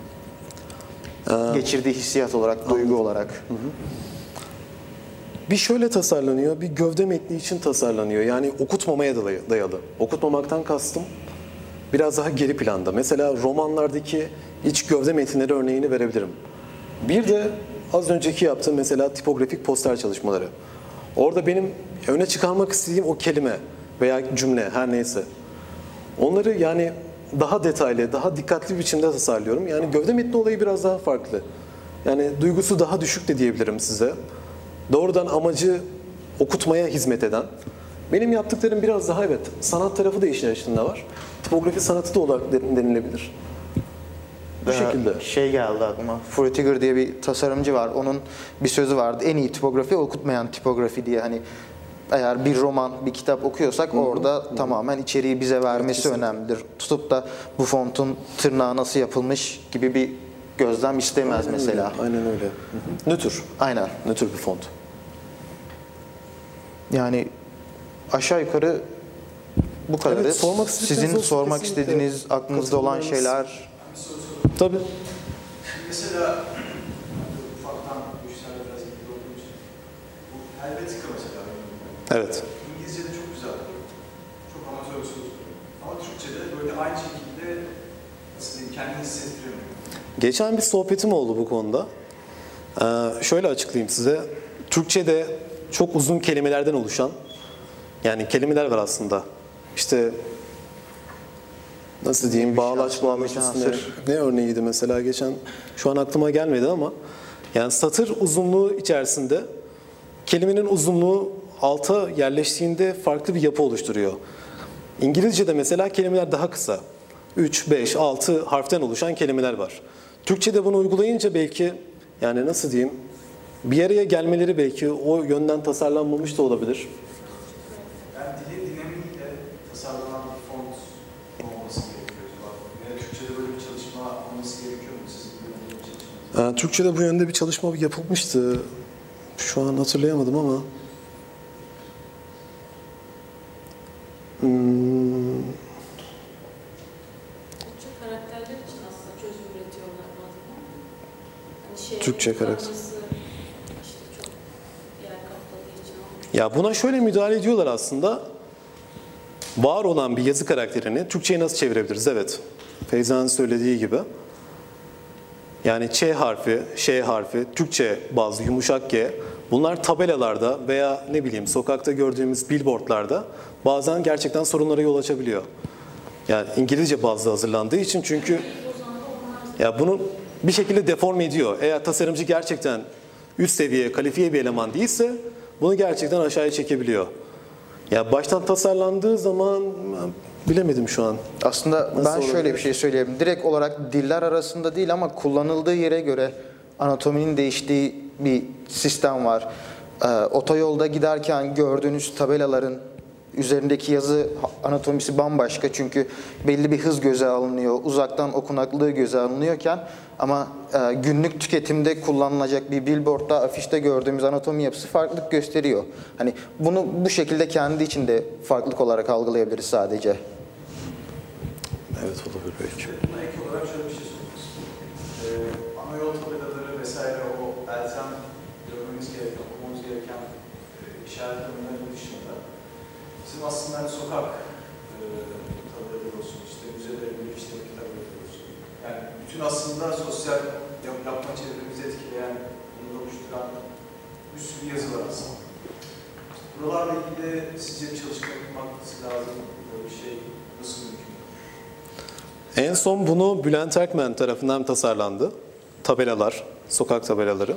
Ee, Geçirdiği hissiyat olarak, duygu olarak. Hı hı. Bir şöyle tasarlanıyor, bir gövde metni için tasarlanıyor. Yani okutmamaya dayalı. Okutmamaktan kastım biraz daha geri planda. Mesela romanlardaki iç gövde metinleri örneğini verebilirim. Bir de az önceki yaptığım mesela tipografik poster çalışmaları. Orada benim öne çıkarmak istediğim o kelime veya cümle her neyse. Onları yani daha detaylı, daha dikkatli bir biçimde tasarlıyorum. Yani gövde metni olayı biraz daha farklı. Yani duygusu daha düşük de diyebilirim size. Doğrudan amacı okutmaya hizmet eden. Benim yaptıklarım biraz daha evet, sanat tarafı da işin içinde var. Tipografi sanatı da olarak denilebilir. Bu Ee, şekilde. Şey geldi aklıma. Frutiger diye bir tasarımcı var. Onun bir sözü vardı. En iyi tipografi okutmayan tipografi diye. Hani eğer bir roman, bir kitap okuyorsak orada tamamen içeriği bize vermesi Kesinlikle. önemlidir. Tutup da bu fontun tırnağı nasıl yapılmış gibi bir gözlem istemez Aynen mesela. Öyle, aynen öyle. Hı hı. Nötr. Aynen. Nötr bir font. Yani aşağı yukarı bu kadarı. Evet, sormak istedikleriniz Sizin olsun, sormak kesinlikle istediğiniz, aklınızda olan katılımlarınız. şeyler. Tabii. Mesela ufaktan bu işlerle biraz ilgili olduğum için bu Helvetica mesela Evet. İngilizce'de çok güzel, çok amatörsüz ama Türkçe'de böyle aynı şekilde nasıl diyeyim kendini hissettiremiyor. Geçen bir sohbetim oldu bu konuda. Ee, şöyle açıklayayım size. Türkçe'de çok uzun kelimelerden oluşan, yani kelimeler var aslında. İşte nasıl diyeyim, bağlaç şanslı, bağlaçısını şanslı. ne örneğiydi mesela geçen, şu an aklıma gelmedi ama yani satır uzunluğu içerisinde kelimenin uzunluğu alta yerleştiğinde farklı bir yapı oluşturuyor. İngilizce'de mesela kelimeler daha kısa. üç, beş, altı harften oluşan kelimeler var. Türkçe'de bunu uygulayınca belki yani nasıl diyeyim, bir araya gelmeleri belki o yönden tasarlanmamış da olabilir. Yani dilin dinamiğiyle tasarlanan bir font olması gerekiyor acaba? Veya Türkçe'de böyle bir çalışma olması gerekiyor mu sizin böyle bir çalışma? Ee, Türkçe'de bu yönde bir çalışma yapılmıştı. Şu an hatırlayamadım ama. Hmm, Türkçe karakterler için aslında çözüm üretiyorlar bazen. Hani şey, Türkçe karakter. kullanması işte çok yer kapladığı için ama Ya buna şöyle müdahale ediyorlar aslında. Var olan bir yazı karakterini Türkçe'ye nasıl çevirebiliriz? Evet. Feyza'nın söylediği gibi. Yani Ç harfi, Ş harfi, Türkçe bazı yumuşak G. Bunlar tabelalarda veya ne bileyim sokakta gördüğümüz billboardlarda bazen gerçekten sorunlara yol açabiliyor. Yani İngilizce bazlı hazırlandığı için çünkü ya bunu bir şekilde deforme ediyor. Eğer tasarımcı gerçekten üst seviye, kalifiye bir eleman değilse bunu gerçekten aşağıya çekebiliyor. Ya baştan tasarlandığı zaman bilemedim şu an. Aslında Nasıl ben şöyle olabilir? bir şey söyleyebilirim. Direkt olarak diller arasında değil ama kullanıldığı yere göre anatominin değiştiği bir sistem var. Ee, otoyolda giderken gördüğünüz tabelaların üzerindeki yazı anatomisi bambaşka. Çünkü belli bir hız göze alınıyor. Uzaktan okunaklığı göze alınıyorken ama e, günlük tüketimde kullanılacak bir billboardda, afişte gördüğümüz anatomi yapısı farklılık gösteriyor. Hani bunu bu şekilde kendi içinde farklılık olarak algılayabiliriz sadece. Evet, olabilir belki. Buna ek olarak şöyle bir şey sormak istiyorum. Ee, ana yol tabelaları vesaire o elzem görmemiz gereken, okumamız gereken e, işaret bölümlerinin dışında bizim aslında hani sokak e, tabelaları olsun, işte müzeleri, girişteki tabelaları olsun. Yani bütün aslında sosyal yap, yapma çevremizi etkileyen, bunu oluşturan bir sürü yazı var aslında. Buralarla ilgili sizce bir çalışma yapılması lazım. Böyle bir şey nasıl mümkün? En son bunu Bülent Erkmen tarafından tasarlandı. Tabelalar, sokak tabelaları.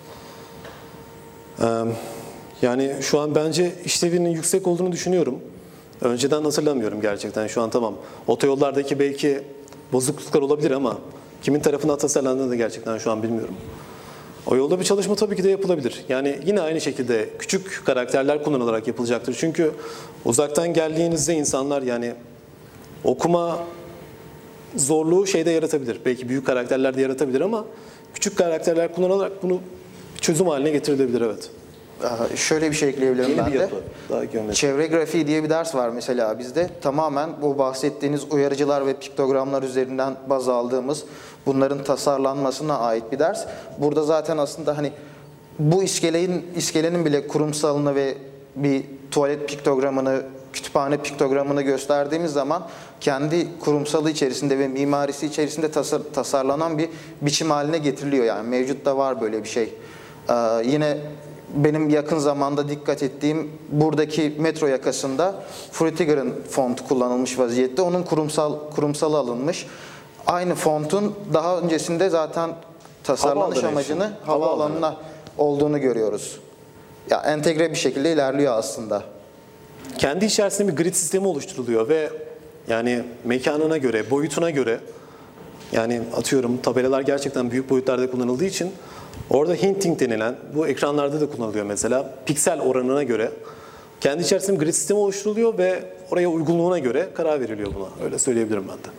Ee, yani şu an bence işlevinin yüksek olduğunu düşünüyorum. Önceden hatırlamıyorum gerçekten. Şu an tamam. Otoyollardaki belki bozukluklar olabilir ama kimin tarafından tasarlandığını da gerçekten şu an bilmiyorum. O yolda bir çalışma tabii ki de yapılabilir. Yani yine aynı şekilde küçük karakterler kullanılarak yapılacaktır. Çünkü uzaktan geldiğinizde insanlar yani okuma zorluğu şeyde yaratabilir. Belki büyük karakterler de yaratabilir ama küçük karakterler kullanılarak bunu çözüm haline getirilebilir, evet. Aa, Şöyle bir şey ekleyebilirim Yeni ben bir de. yapı. Daha geometrik. Çevre grafiği diye bir ders var mesela bizde. Tamamen bu bahsettiğiniz uyarıcılar ve piktogramlar üzerinden baz aldığımız bunların tasarlanmasına ait bir ders. Burada zaten aslında hani bu iskelenin, iskelenin bile kurumsalını ve bir tuvalet piktogramını, kütüphane piktogramını gösterdiğimiz zaman kendi kurumsalı içerisinde ve mimarisi içerisinde tasar, tasarlanan bir biçim haline getiriliyor. Yani mevcut da var böyle bir şey. Ee, yine benim yakın zamanda dikkat ettiğim buradaki metro yakasında Frutiger'ın font kullanılmış vaziyette. Onun kurumsal kurumsalı alınmış. Aynı fontun daha öncesinde zaten tasarlanış Havaalanı amacını için. havaalanına olduğunu görüyoruz. Ya entegre bir şekilde ilerliyor aslında. Kendi içerisinde bir grid sistemi oluşturuluyor ve yani mekanına göre, boyutuna göre yani atıyorum tabelalar gerçekten büyük boyutlarda kullanıldığı için orada hinting denilen, bu ekranlarda da kullanılıyor mesela, piksel oranına göre kendi içerisinde bir grid sistemi oluşturuluyor ve oraya uygunluğuna göre karar veriliyor buna. Öyle söyleyebilirim ben de.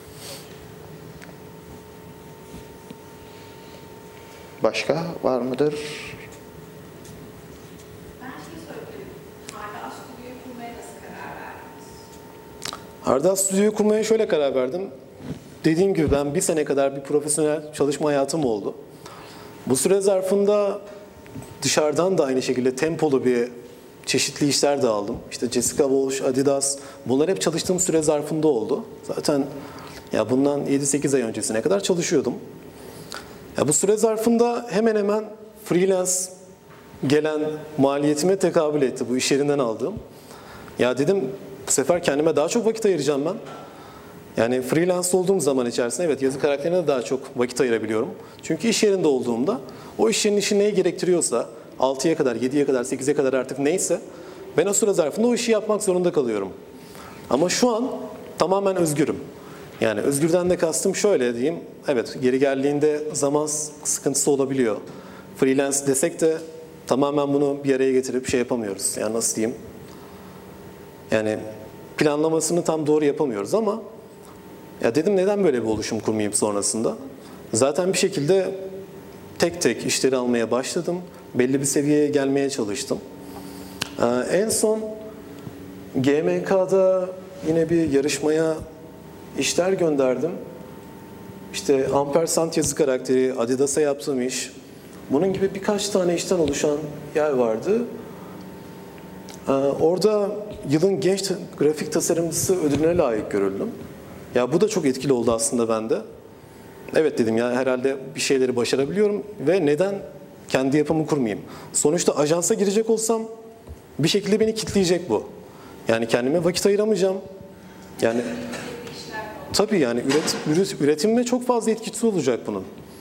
Başka var mıdır? Ben şey sorabilirim. Hala stüdyoyu kurmaya nasıl karar verdiniz? Hardal Stüdyo'yu kurmaya şöyle karar verdim. Dediğim gibi ben bir sene kadar bir profesyonel çalışma hayatım oldu. Bu süre zarfında dışarıdan da aynı şekilde tempolu bir çeşitli işler de aldım. İşte Jessica Walsh, Adidas, bunlar hep çalıştığım süre zarfında oldu. Zaten ya bundan yedi sekiz ay öncesine kadar çalışıyordum. Ya bu süre zarfında hemen hemen freelance gelen maliyetime tekabül etti bu iş yerinden aldığım. Ya dedim bu sefer kendime daha çok vakit ayıracağım ben. Yani freelance olduğum zaman içerisinde evet yazı karakterine de daha çok vakit ayırabiliyorum. Çünkü iş yerinde olduğumda o iş yerinin işi neyi gerektiriyorsa altıya kadar, yediye kadar, sekize kadar artık neyse ben o süre zarfında o işi yapmak zorunda kalıyorum. Ama şu an tamamen özgürüm. Yani özgürden de kastım şöyle diyeyim. Evet geri geldiğinde zaman sıkıntısı olabiliyor. Freelance desek de tamamen bunu bir araya getirip şey yapamıyoruz. Yani nasıl diyeyim? Yani planlamasını tam doğru yapamıyoruz ama ya dedim neden böyle bir oluşum kurmayayım sonrasında? Zaten bir şekilde tek tek işleri almaya başladım. Belli bir seviyeye gelmeye çalıştım. Ee, en son G M K'da yine bir yarışmaya işler gönderdim. İşte ampersand yazı karakteri, Adidas'a yaptığım iş. Bunun gibi birkaç tane işten oluşan yer vardı. Ee, orada yılın genç grafik tasarımcısı ödülüne layık görüldüm. Ya bu da çok etkili oldu aslında bende. Evet dedim ya herhalde bir şeyleri başarabiliyorum ve neden kendi yapımı kurmayayım? Sonuçta ajansa girecek olsam bir şekilde beni kitleyecek bu. Yani kendime vakit ayıramayacağım. Yani tabii yani üret, üret, üretimime çok fazla etkisi olacak bunun.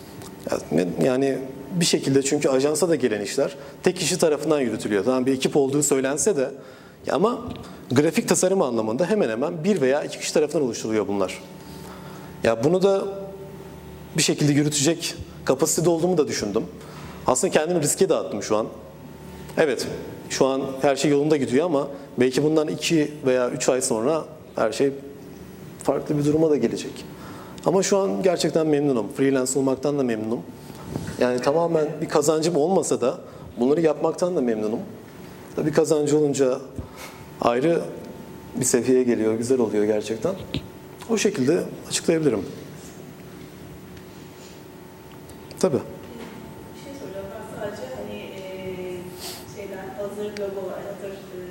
Yani bir şekilde çünkü ajansa da gelen işler tek kişi tarafından yürütülüyor. Tamam bir ekip olduğu söylense de ama grafik tasarım anlamında hemen hemen bir veya iki kişi tarafından oluşturuluyor bunlar. Ya bunu da bir şekilde yürütecek kapasitede olduğumu da düşündüm. Aslında kendimi riske de attım şu an. Evet, şu an her şey yolunda gidiyor ama belki bundan iki veya üç ay sonra her şey farklı bir duruma da gelecek. Ama şu an gerçekten memnunum. Freelance olmaktan da memnunum. Yani tamamen bir kazancım olmasa da bunları yapmaktan da memnunum. Tabii kazancı olunca ayrı bir seviyeye geliyor, güzel oluyor gerçekten. O şekilde açıklayabilirim. Tabii. Bir şey soracağım. Ben sadece hani e, şeyden hazır logolar, hazır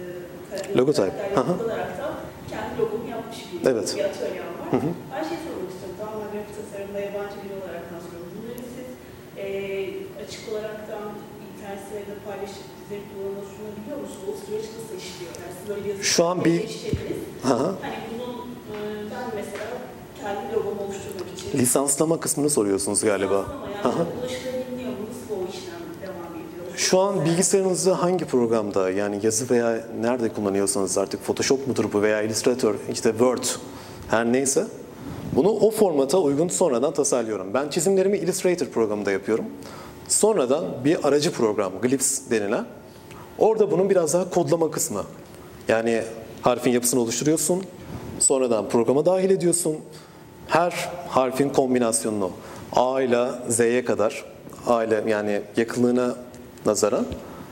e, Logotype. karakterleri olarak da kendi logomu yapmış bir, Evet. bir atölyem var. Hı hı. Ben şey sormak istiyorum. Tamamen grafik tasarımda yabancı biri olarak soruyorum. Bunları siz e, açık olaraktan internet sitelerinde paylaşıp bize kullanılmasını biliyor musunuz? O süreç nasıl işliyor? Yani siz böyle yazı Şu an bir- işlediniz. Aha. Hani bunun e, ben mesela kendi logomu oluşturmak için Lisanslama kısmını soruyorsunuz galiba. Ama yani Aha. ulaşılabiliyor mu? Nasıl o işlem devam ediyor? Şu an bilgisayarınızda hangi programda yani yazı veya nerede kullanıyorsanız artık Photoshop mudur bu veya Illustrator, işte Word her neyse bunu o formata uygun sonradan tasarlıyorum. Ben çizimlerimi Illustrator programında yapıyorum. Sonradan bir aracı program, Glyphs denilen. Orada bunun biraz daha kodlama kısmı. Yani harfin yapısını oluşturuyorsun. Sonradan programa dahil ediyorsun. Her harfin kombinasyonunu A ile Z'ye kadar, A ile yani yakınlığına nazaran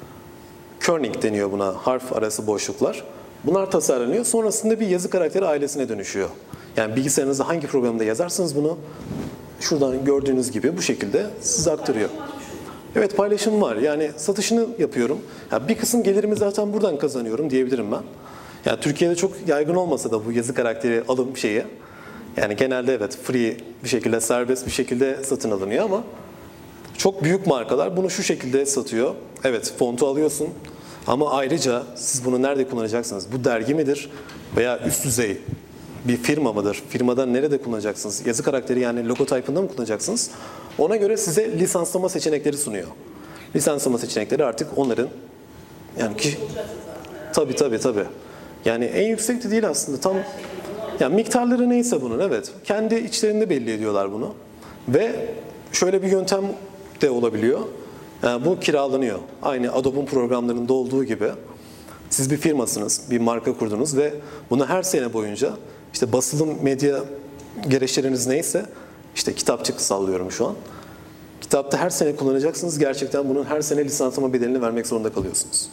kerning deniyor buna, harf arası boşluklar. Bunlar tasarlanıyor. Sonrasında bir yazı karakteri ailesine dönüşüyor. Yani bilgisayarınızda hangi programda yazarsanız bunu şuradan gördüğünüz gibi bu şekilde size aktarıyor. Evet paylaşım var. Yani satışını yapıyorum. Yani bir kısım gelirimi zaten buradan kazanıyorum diyebilirim ben. Yani Türkiye'de çok yaygın olmasa da bu yazı karakteri alım şeyi. Yani genelde evet free bir şekilde, serbest bir şekilde satın alınıyor ama çok büyük markalar bunu şu şekilde satıyor. Evet fontu alıyorsun ama ayrıca siz bunu nerede kullanacaksınız? Bu dergi midir veya üst düzey bir firma mıdır? Firmadan nerede kullanacaksınız? Yazı karakteri yani logotype'ında mı kullanacaksınız? Ona göre size lisanslama seçenekleri sunuyor. Lisanslama seçenekleri artık onların yani kişi... Tabii tabii tabii. Yani en yüksek de değil aslında. Tam yani miktarları neyse bunun evet. Kendi içlerinde belli ediyorlar bunu. Ve şöyle bir yöntem de olabiliyor. Yani bu kiralanıyor. Aynı Adobe'un programlarında olduğu gibi. Siz bir firmasınız, bir marka kurdunuz ve bunu her sene boyunca işte basılı medya gereçleriniz neyse işte kitapçık sallıyorum şu an. Kitapta her sene kullanacaksınız. Gerçekten bunun her sene lisanslama bedelini vermek zorunda kalıyorsunuz.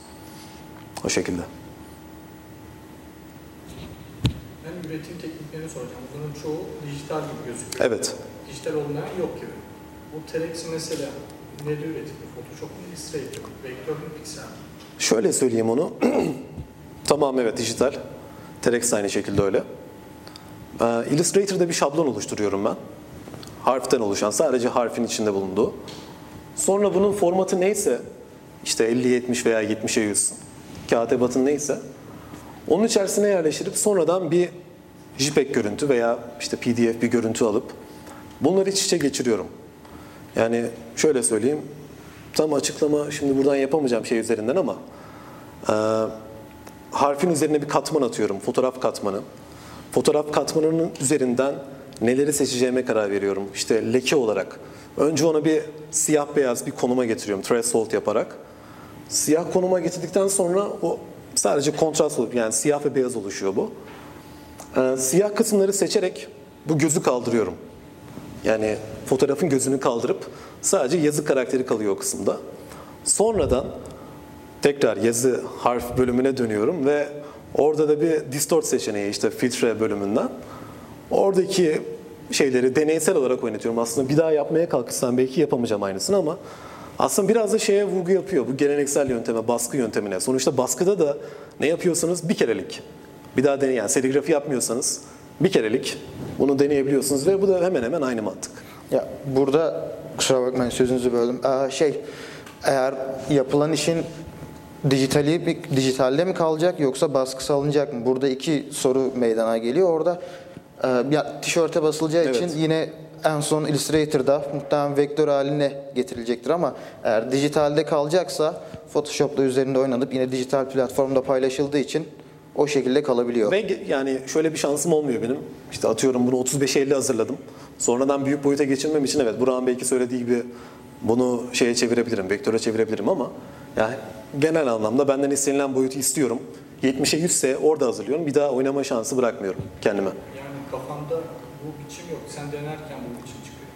O şekilde. Ben üretim tekniklerini soracağım. Bunun çoğu dijital gibi gözüküyor. Evet. Dijital olmayan yok gibi. Bu T R X mesela neyle üretildi? Photoshop mu, Illustrator mu, Vektör mü, Pixel mi? Şöyle söyleyeyim onu. Tamam evet dijital. T R X aynı şekilde öyle. Ee, Illustrator'da bir şablon oluşturuyorum ben. Harften oluşan, sadece harfin içinde bulunduğu. Sonra bunun formatı neyse, işte elli yetmiş veya yetmişe yüz, kağıt ebatın neyse, onun içerisine yerleştirip sonradan bir JPEG görüntü veya işte P D F bir görüntü alıp bunları iç içe geçiriyorum. Yani şöyle söyleyeyim, tam açıklama şimdi buradan yapamayacağım şey üzerinden ama e, harfin üzerine bir katman atıyorum, fotoğraf katmanı. Fotoğraf katmanının üzerinden neleri seçeceğime karar veriyorum. İşte leke olarak. Önce ona bir siyah beyaz bir konuma getiriyorum, threshold yaparak. Siyah konuma getirdikten sonra o sadece kontrast oluyor, yani siyah ve beyaz oluşuyor bu. Ee, siyah kısımları seçerek bu gözü kaldırıyorum. Yani fotoğrafın gözünü kaldırıp sadece yazı karakteri kalıyor o kısımda. Sonradan tekrar yazı harf bölümüne dönüyorum ve orada da bir distort seçeneği, işte filtre bölümünden. Oradaki şeyleri deneysel olarak oynatıyorum. Aslında bir daha yapmaya kalkışsam belki yapamayacağım aynısını ama aslında biraz da şeye vurgu yapıyor. Bu geleneksel yönteme, baskı yöntemine. Sonuçta baskıda da ne yapıyorsanız bir kerelik. Bir daha deney, yani serigrafi yapmıyorsanız bir kerelik bunu deneyebiliyorsunuz ve bu da hemen hemen aynı mantık. Ya burada kusura bakmayın sözünüzü böldüm. Ee, şey eğer yapılan işin dijitali dijitalde mi kalacak yoksa baskısı alınacak mı? Burada iki soru meydana geliyor. Orada e, ya, tişörte basılacağı Evet. için yine en son Illustrator'da muhtemelen vektör haline getirilecektir ama eğer dijitalde kalacaksa Photoshop'la üzerinde oynanıp yine dijital platformda paylaşıldığı için o şekilde kalabiliyor. Ve yani şöyle bir şansım olmuyor benim. İşte atıyorum bunu otuz beş elli hazırladım. Sonradan büyük boyuta geçirmem için evet Burak'ın belki söylediği gibi bunu şeye çevirebilirim, vektöre çevirebilirim ama yani genel anlamda benden istenilen boyutu istiyorum. yetmişe yüz ise orada hazırlıyorum. Bir daha oynama şansı bırakmıyorum kendime. Yani kafanda bu biçim yok. Sen denerken bu biçim çıkıyor.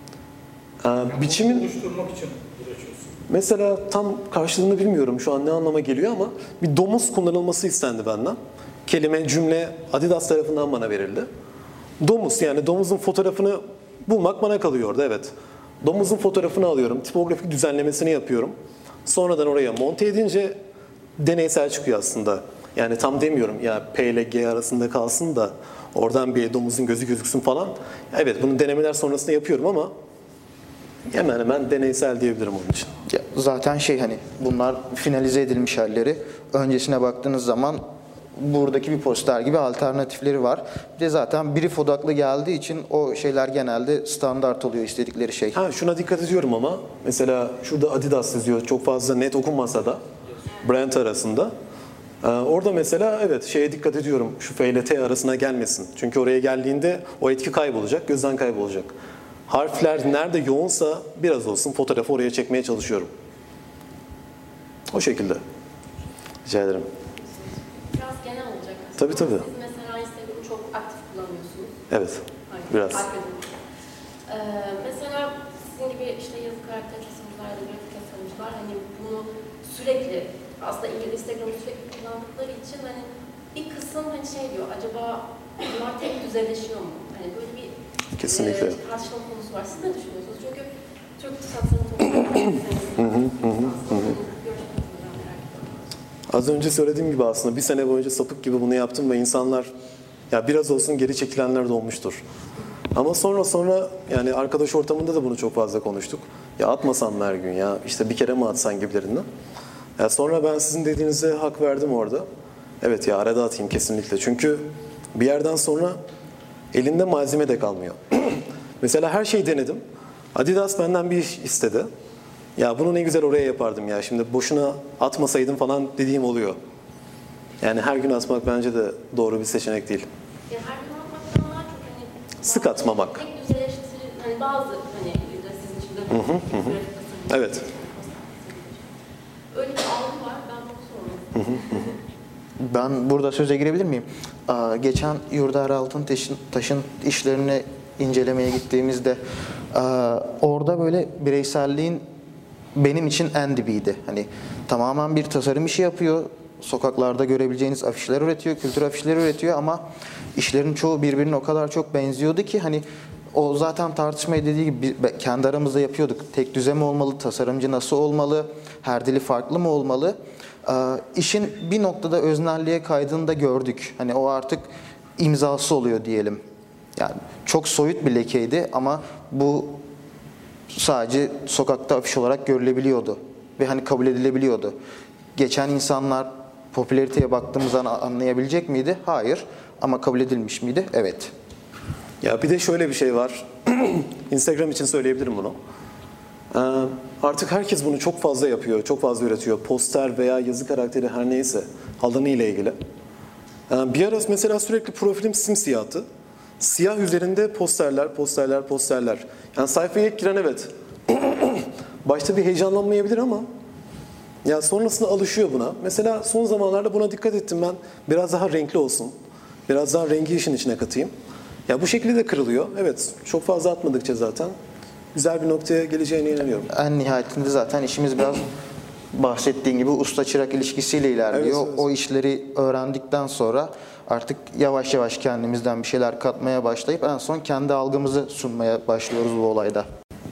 Ee, Yani biçimin bunu oluşturmak için uğraşıyorsun. mesela tam karşılığını bilmiyorum şu an ne anlama geliyor ama bir domuz kullanılması istendi benden. Kelime, cümle Adidas tarafından bana verildi. Domuz, yani domuzun fotoğrafını bulmak bana kalıyor orada, evet. Domuzun fotoğrafını alıyorum, tipografik düzenlemesini yapıyorum. Sonradan oraya monte edince deneysel çıkıyor aslında. Yani tam demiyorum ya P ile G arasında kalsın da oradan bir domuzun gözü gözüksün falan. Evet, bunu denemeler sonrasında yapıyorum ama hemen hemen deneysel diyebilirim onun için. Ya zaten şey hani bunlar finalize edilmiş halleri. Öncesine baktığınız zaman buradaki bir poster gibi alternatifleri var. Bir de zaten brief odaklı geldiği için o şeyler genelde standart oluyor istedikleri şey. Ha, şuna dikkat ediyorum ama mesela şurada Adidas yazıyor, çok fazla net okunmasa da brand arasında. Ee, orada mesela evet şeye dikkat ediyorum, şu F ile T arasına gelmesin. Çünkü oraya geldiğinde o etki kaybolacak, gözden kaybolacak. Harfler nerede yoğunsa biraz olsun fotoğrafı oraya çekmeye çalışıyorum. O şekilde. Rica ederim. Biraz genel olacak aslında. Tabii, tabii. Siz mesela Instagram'ı çok aktif kullanıyorsunuz. Evet, Hayır, biraz. fark edin. Ee, mesela sizin gibi işte yazı karakter tasarımcılar ya da grafik tasarımcılar hani bunu sürekli aslında Instagram'ı sürekli kullandıkları için hani bir kısım hani şey diyor acaba bunlar tek düzeleşiyor mu? Hani böyle bir Kesinlikle. e, tartışma konusu var. Siz ne düşünüyorsunuz? Çünkü Türk tasarım toplumu Az önce söylediğim gibi aslında bir sene boyunca sapık gibi bunu yaptım ve insanlar ya biraz olsun geri çekilenler de olmuştur. Ama sonra sonra yani arkadaş ortamında da bunu çok fazla konuştuk. Ya atmasan mı her gün ya işte bir kere mi atsan gibilerinden. Ya sonra ben sizin dediğinize hak verdim orada. Evet ya arada atayım kesinlikle. Çünkü bir yerden sonra elinde malzeme de kalmıyor. Mesela her şeyi denedim. Adidas benden bir iş istedi. Ya bunu ne güzel oraya yapardım ya. Şimdi boşuna atmasaydım falan dediğim oluyor. Yani her gün atmak bence de doğru bir seçenek değil. Ya her gün atmaktan daha çok hani Sık atmamak. tek düzeleştiri hani bazı hani sizin için de grafik tasarım. Evet. Öyle bir algı var. Ben bunu sormak Ben burada söze girebilir miyim? Aa, geçen Yurdar Altıntaş'ın taşın işlerini incelemeye gittiğimizde aa, orada böyle bireyselliğin benim için en dibiydi. Hani tamamen bir tasarım işi yapıyor. Sokaklarda görebileceğiniz afişler üretiyor, kültür afişleri üretiyor ama işlerin çoğu birbirine o kadar çok benziyordu ki hani o zaten tartışmayı dediği gibi kendi aramızda yapıyorduk. Tek düze mi olmalı, tasarımcı nasıl olmalı, her dili farklı mı olmalı? Ee, işin bir noktada öznelliğe kaydığını da gördük. Hani o artık imzası oluyor diyelim. Yani çok soyut bir lekeydi ama bu sadece sokakta afiş olarak görülebiliyordu ve hani kabul edilebiliyordu. Geçen insanlar popülariteye baktığımız an anlayabilecek miydi? Hayır. Ama kabul edilmiş miydi? Evet. Ya bir de şöyle bir şey var. Instagram için söyleyebilirim bunu. Ee, artık herkes bunu çok fazla yapıyor, çok fazla üretiyor. Poster veya yazı karakteri her neyse alanı ile ilgili. Ee, bir ara mesela sürekli profilim simsiyahtı. Siyah üzerinde posterler, posterler, posterler. Yani sayfaya ilk giren evet. Başta bir heyecanlanmayabilir ama ya sonrasında alışıyor buna. Mesela son zamanlarda buna dikkat ettim ben. Biraz daha renkli olsun. Biraz daha rengi işin içine katayım. Ya bu şekilde de kırılıyor. Evet, çok fazla atmadıkça zaten güzel bir noktaya geleceğine inanıyorum. En nihayetinde zaten işimiz biraz bahsettiğin gibi usta-çırak ilişkisiyle ilerliyor. Evet, evet. O işleri öğrendikten sonra artık yavaş yavaş kendimizden bir şeyler katmaya başlayıp en son kendi algımızı sunmaya başlıyoruz bu olayda.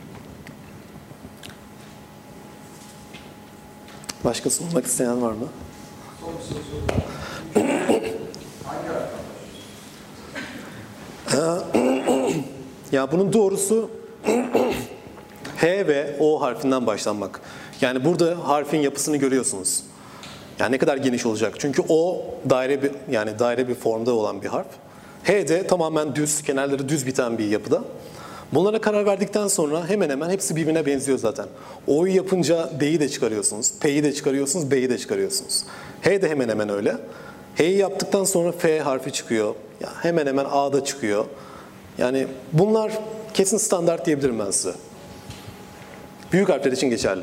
Başka sormak isteyen var mı? Son bir soru sorayım. Hangi harften? Ya bunun doğrusu H ve O harfinden başlanmak. Yani burada harfin yapısını görüyorsunuz. Yani ne kadar geniş olacak? Çünkü O daire bir yani daire bir formda olan bir harf. H de tamamen düz, kenarları düz biten bir yapıda. Bunlara karar verdikten sonra hemen hemen hepsi birbirine benziyor zaten. O'yu yapınca D'yi de çıkarıyorsunuz, P'yi de çıkarıyorsunuz, B'yi de çıkarıyorsunuz. H de hemen hemen öyle. H'yi yaptıktan sonra F harfi çıkıyor. Ya hemen hemen A da çıkıyor. Yani bunlar kesin standart diyebilirim ben size. Büyük harfler için geçerli.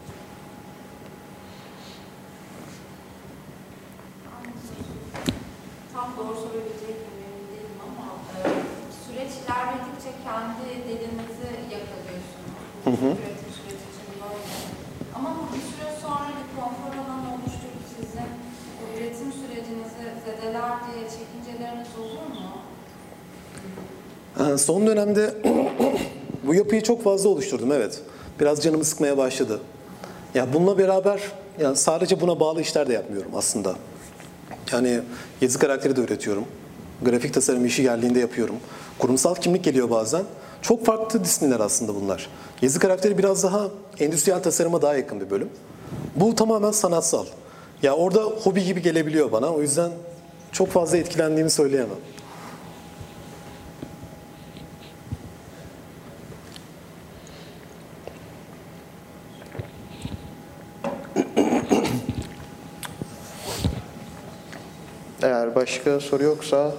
Tam doğru söyleyecek miyim emin değilim ama e, süreç ilerledikçe kendi dilinizi yakalıyorsunuz. Hı hı. Üretim süreci için böyle. Ama bu bir süre sonra bir konfor alanı oluşturup sizin bu üretim sürecinizi zedeler diye çekinceleriniz olur mu? Ee, Son dönemde bu yapıyı çok fazla oluşturdum, evet. Biraz canımı sıkmaya başladı. Ya bununla beraber yani sadece buna bağlı işler de yapmıyorum aslında. Yani yazı karakteri de üretiyorum. Grafik tasarım işi geldiğinde yapıyorum. Kurumsal kimlik geliyor bazen. Çok farklı disiplinler aslında bunlar. Yazı karakteri biraz daha endüstriyel tasarıma daha yakın bir bölüm. Bu tamamen sanatsal. Ya orada hobi gibi gelebiliyor bana. O yüzden çok fazla etkilendiğimi söyleyemem. Eğer başka soru yoksa Yavaş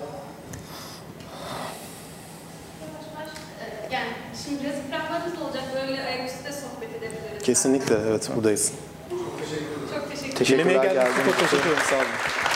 yavaş, e, yani şimdi biraz ikramlarımız olacak, böyle ayaküstü de sohbet edebiliriz. Kesinlikle evet buradayız. Çok teşekkür ederim. teşekkürler Yemeğe geldiğiniz geldiğiniz için çok için. teşekkür ederim. Sağ olun.